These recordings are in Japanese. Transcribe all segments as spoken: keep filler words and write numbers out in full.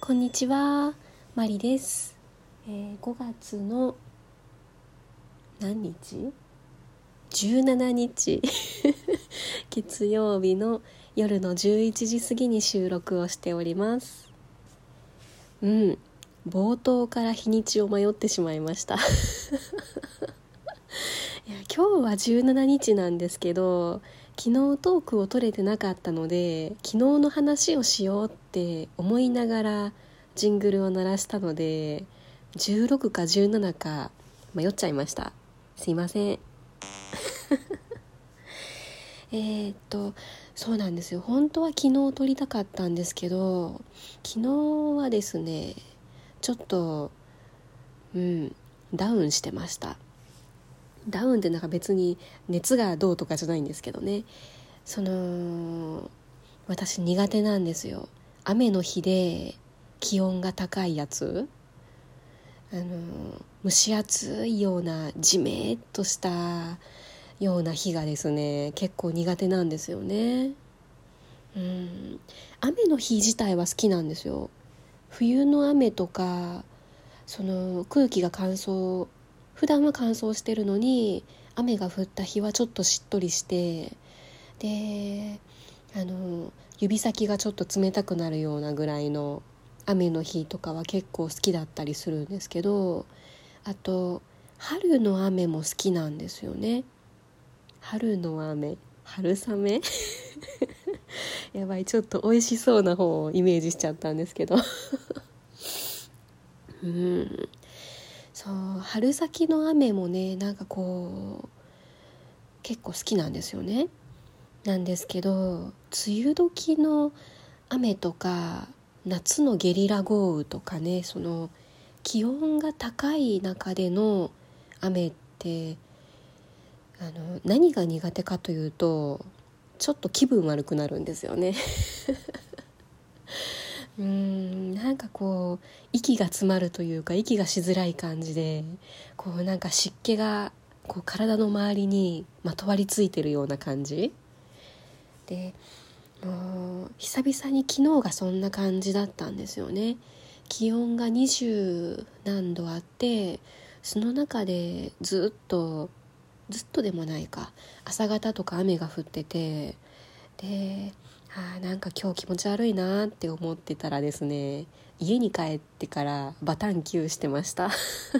こんにちは、マリです。えー、ごがつの何日 ?じゅうしちにち月曜日の夜のじゅういちじ過ぎに収録をしております。うん冒頭から日にちを迷ってしまいましたいや今日はじゅうしちにちなんですけど、昨日トークを取れてなかったので昨日の話をしようって思いながらジングルを鳴らしたのでじゅうろくかじゅうななか迷っちゃいました。すいませんえーっとそうなんですよ。本当は昨日撮りたかったんですけど、昨日はですねちょっとうんダウンしてました。ダウンってなんか別に熱がどうとかじゃないんですけどね、その私苦手なんですよ。雨の日で気温が高いやつ、あの蒸し暑いようなジメッとしたような日がですね結構苦手なんですよね。うん雨の日自体は好きなんですよ。冬の雨とかその空気が乾燥、普段は乾燥してるのに雨が降った日はちょっとしっとりして、であの指先がちょっと冷たくなるようなぐらいの雨の日とかは結構好きだったりするんですけど、あと春の雨も好きなんですよね。春の雨、春雨やばい、ちょっと美味しそうな方をイメージしちゃったんですけどうんそう春先の雨もねなんかこう結構好きなんですよね。なんですけど梅雨時の雨とか夏のゲリラ豪雨とかね、その気温が高い中での雨ってあの何が苦手かというとちょっと気分悪くなるんですよねうーんなんかこう息が詰まるというか息がしづらい感じで、こうなんか湿気がこう体の周りにまとわりついてるような感じで、もう久々に昨日がそんな感じだったんですよね。気温がにじゅう何度あって、その中でずっとずっとでもないか朝方とか雨が降ってて、であーなんか今日気持ち悪いなって思ってたらですね、家に帰ってからバタンキューしてました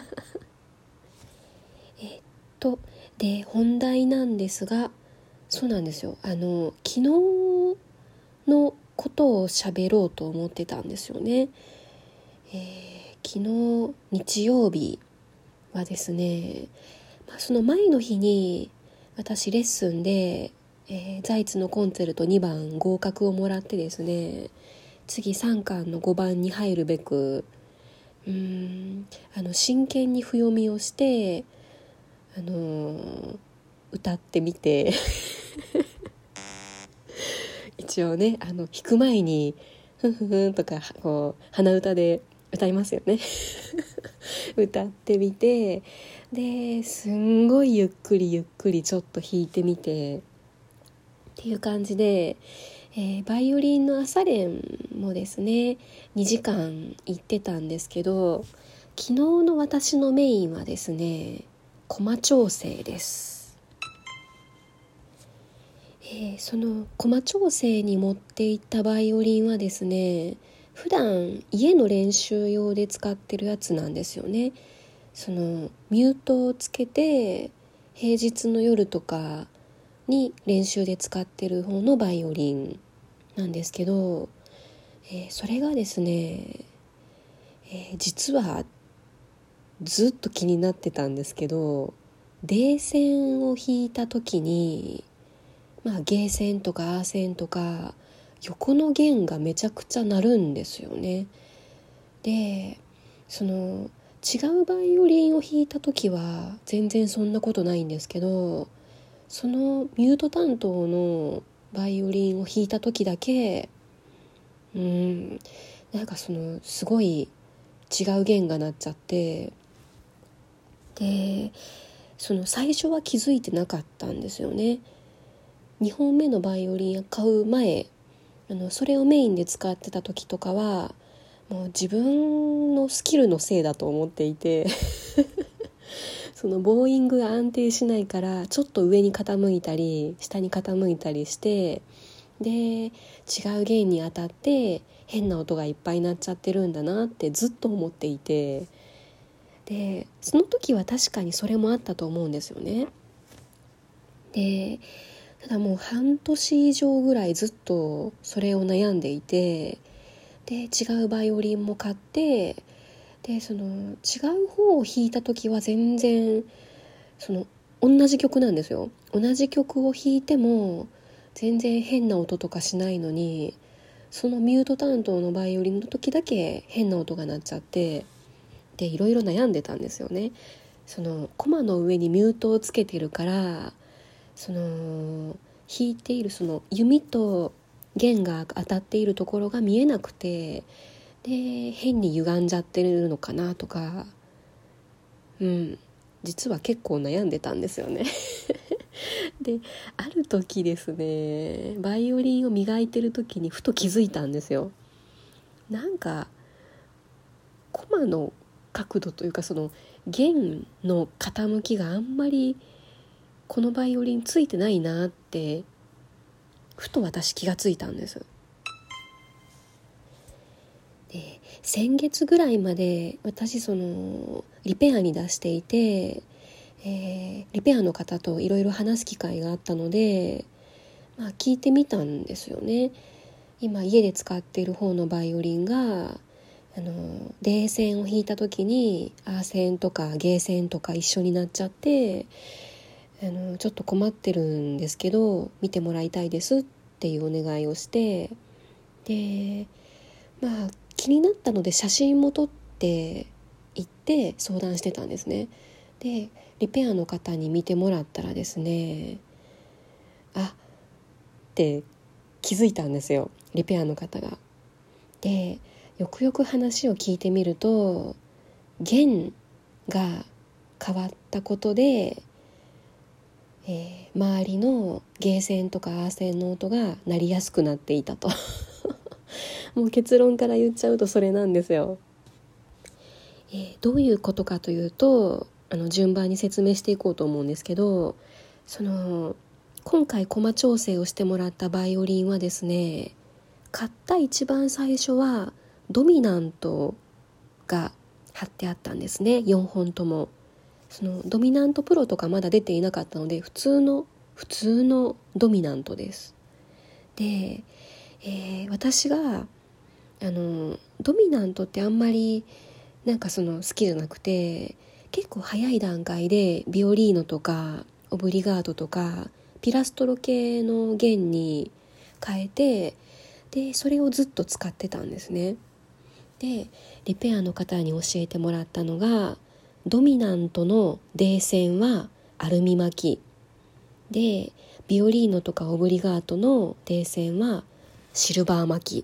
えっとで本題なんですが、そうなんですよ、あの昨日のことを喋ろうと思ってたんですよね。えー、昨日日曜日はですね、まあ、その前の日に私レッスンで、えー、ザイツのコンチェルトにばん合格をもらってですね、次さんかんのごばんに入るべくうーんあの真剣に譜読みをして、あのー歌ってみて一応ねあの弾く前にふんふんふんとかこう鼻歌で歌いますよね歌ってみて、ですんごいゆっくりゆっくりちょっと弾いてみてっていう感じで、えー、バイオリンの朝練もですねにじかん行ってたんですけど、昨日の私のメインはですねコマ調整です。えー、そのコマ調整に持っていったバイオリンはですね、普段家の練習用で使ってるやつなんですよね。そのミュートをつけて平日の夜とかに練習で使ってる方のバイオリンなんですけど、えー、それがですね、えー、実はずっと気になってたんですけど、D線を弾いた時にまあ、ゲーセンとかアーセンとか横の弦がめちゃくちゃ鳴るんですよね。でその違うバイオリンを弾いた時は全然そんなことないんですけど、そのミュート担当のバイオリンを弾いた時だけうーんなんかそのすごい違う弦が鳴っちゃって、でその最初は気づいてなかったんですよね。にほんめのバイオリンを買う前、あのそれをメインで使ってた時とかはもう自分のスキルのせいだと思っていてそのボーイングが安定しないからちょっと上に傾いたり下に傾いたりしてで違う弦に当たって変な音がいっぱいになっちゃってるんだなってずっと思っていて、でその時は確かにそれもあったと思うんですよね。でただもう半年以上ぐらいずっとそれを悩んでいて、で違うバイオリンも買って、でその違う方を弾いた時は全然その同じ曲なんですよ。同じ曲を弾いても全然変な音とかしないのに、そのミュート担当のバイオリンの時だけ変な音が鳴っちゃって、でいろいろ悩んでたんですよね。そのコマの上にミュートをつけてるから、その弾いているその弓と弦が当たっているところが見えなくて、で変に歪んじゃってるのかなとか、うん実は結構悩んでたんですよねである時ですね、バイオリンを磨いてる時にふと気づいたんですよ。なんかコマの角度というか、その弦の傾きがあんまりこのバイオリンついてないなってふと私気がついたんです。で先月ぐらいまで私そのリペアに出していて、えー、リペアの方といろいろ話す機会があったので、まあ、聞いてみたんですよね。今家で使っている方のバイオリンがあの D 線を弾いた時に A 線とか G 線とか一緒になっちゃって、あのちょっと困ってるんですけど見てもらいたいですっていうお願いをして、でまあ気になったので写真も撮って行って相談してたんですね。でリペアの方に見てもらったらですね、あって気づいたんですよ、リペアの方が。でよくよく話を聞いてみると、弦が変わったことで、えー、周りのゲー線とかアー線の音が鳴りやすくなっていたともう結論から言っちゃうとそれなんですよ。えー、どういうことかというと、あの順番に説明していこうと思うんですけど、その今回コマ調整をしてもらったバイオリンはですね、買った一番最初はドミナントが貼ってあったんですね。よんほんともそのドミナントプロとかまだ出ていなかったので、普通の普通のドミナントです。で、えー、私があのドミナントってあんまりなんかその好きじゃなくて、結構早い段階でビオリーノとかオブリガートとかピラストロ系の弦に変えて、でそれをずっと使ってたんですね。でリペアの方に教えてもらったのが、ドミナントの D 線はアルミ巻きで、ビオリーノとかオブリガートの D 線はシルバー巻き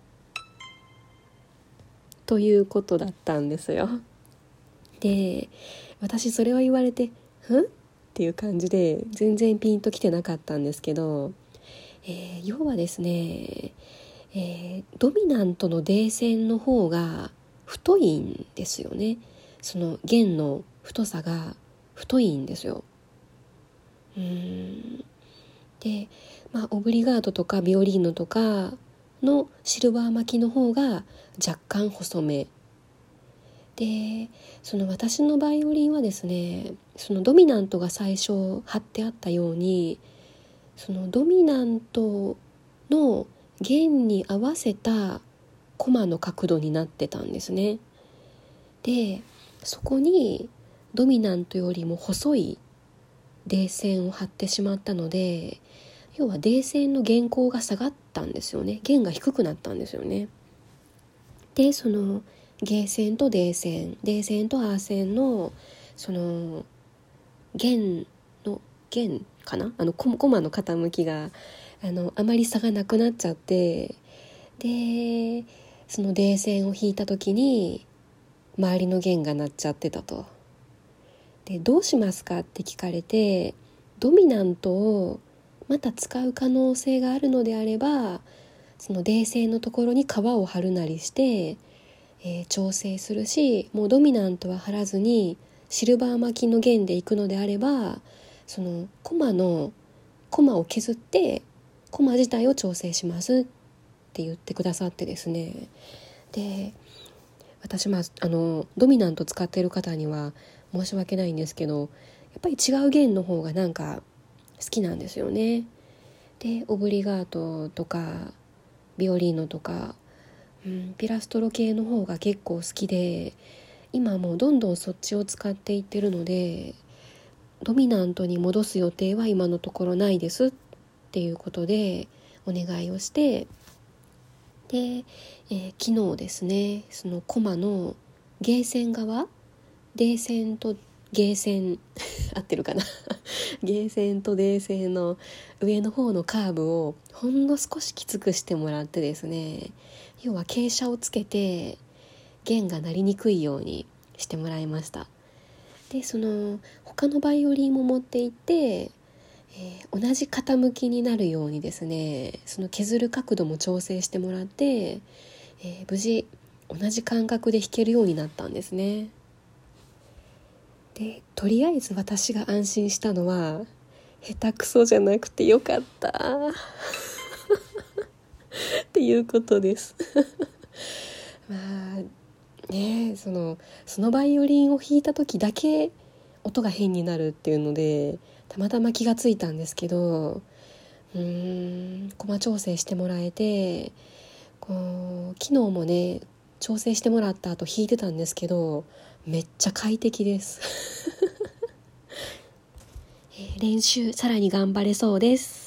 ということだったんですよ。で私それを言われてんっていう感じで全然ピンときてなかったんですけど、えー、要はですね、えー、ドミナントの D 線の方が太いんですよね。その弦の太さが太いんですよ。うーんで、まあ、オブリガートとかビオリーノとかのシルバー巻きの方が若干細めで、その私のバイオリンはですね、そのドミナントが最初貼ってあったように、そのドミナントの弦に合わせたコマの角度になってたんですね。でそこにドミナントよりも細い D 線を貼ってしまったので、要は D 線の弦高が下がったんですよね。弦が低くなったんですよね。でそのゲー線と D 線 D 線と A 線のその弦の弦かな、あのコマの傾きがあのあまり差がなくなっちゃって、でその D 線を弾いた時に周りの弦が鳴っちゃってたと。でどうしますかって聞かれて、ドミナントをまた使う可能性があるのであれば、その D 線のところに革を貼るなりして、 えー、調整するし、もうドミナントは張らずにシルバー巻きの弦でいくのであれば、そのコマのコマを削ってコマ自体を調整しますって言ってくださってですね。で私、まあ、あのドミナント使っている方には申し訳ないんですけど、やっぱり違う弦の方がなんか好きなんですよね。でオブリガートとかビオリーノとか、うん、ピラストロ系の方が結構好きで、今もうどんどんそっちを使っていってるので、ドミナントに戻す予定は今のところないですっていうことでお願いをして、で、えー、昨日ですね、そのコマのゲーセン側、デーセンとゲーセン合ってるかなゲーセンとデーセンの上の方のカーブをほんの少しきつくしてもらってですね、要は傾斜をつけて弦が鳴りにくいようにしてもらいました。でその他のバイオリンも持っていって、えー、同じ傾きになるようにですね、その削る角度も調整してもらって、えー、無事同じ感覚で弾けるようになったんですね。でとりあえず私が安心したのは、下手くそじゃなくてよかったっていうことですまあね、そのそのバイオリンを弾いた時だけ音が変になるっていうので、たまたま気がついたんですけど、うーんコマ調整してもらえて、こう昨日もね調整してもらった後弾いてたんですけど、めっちゃ快適です練習さらに頑張れそうです。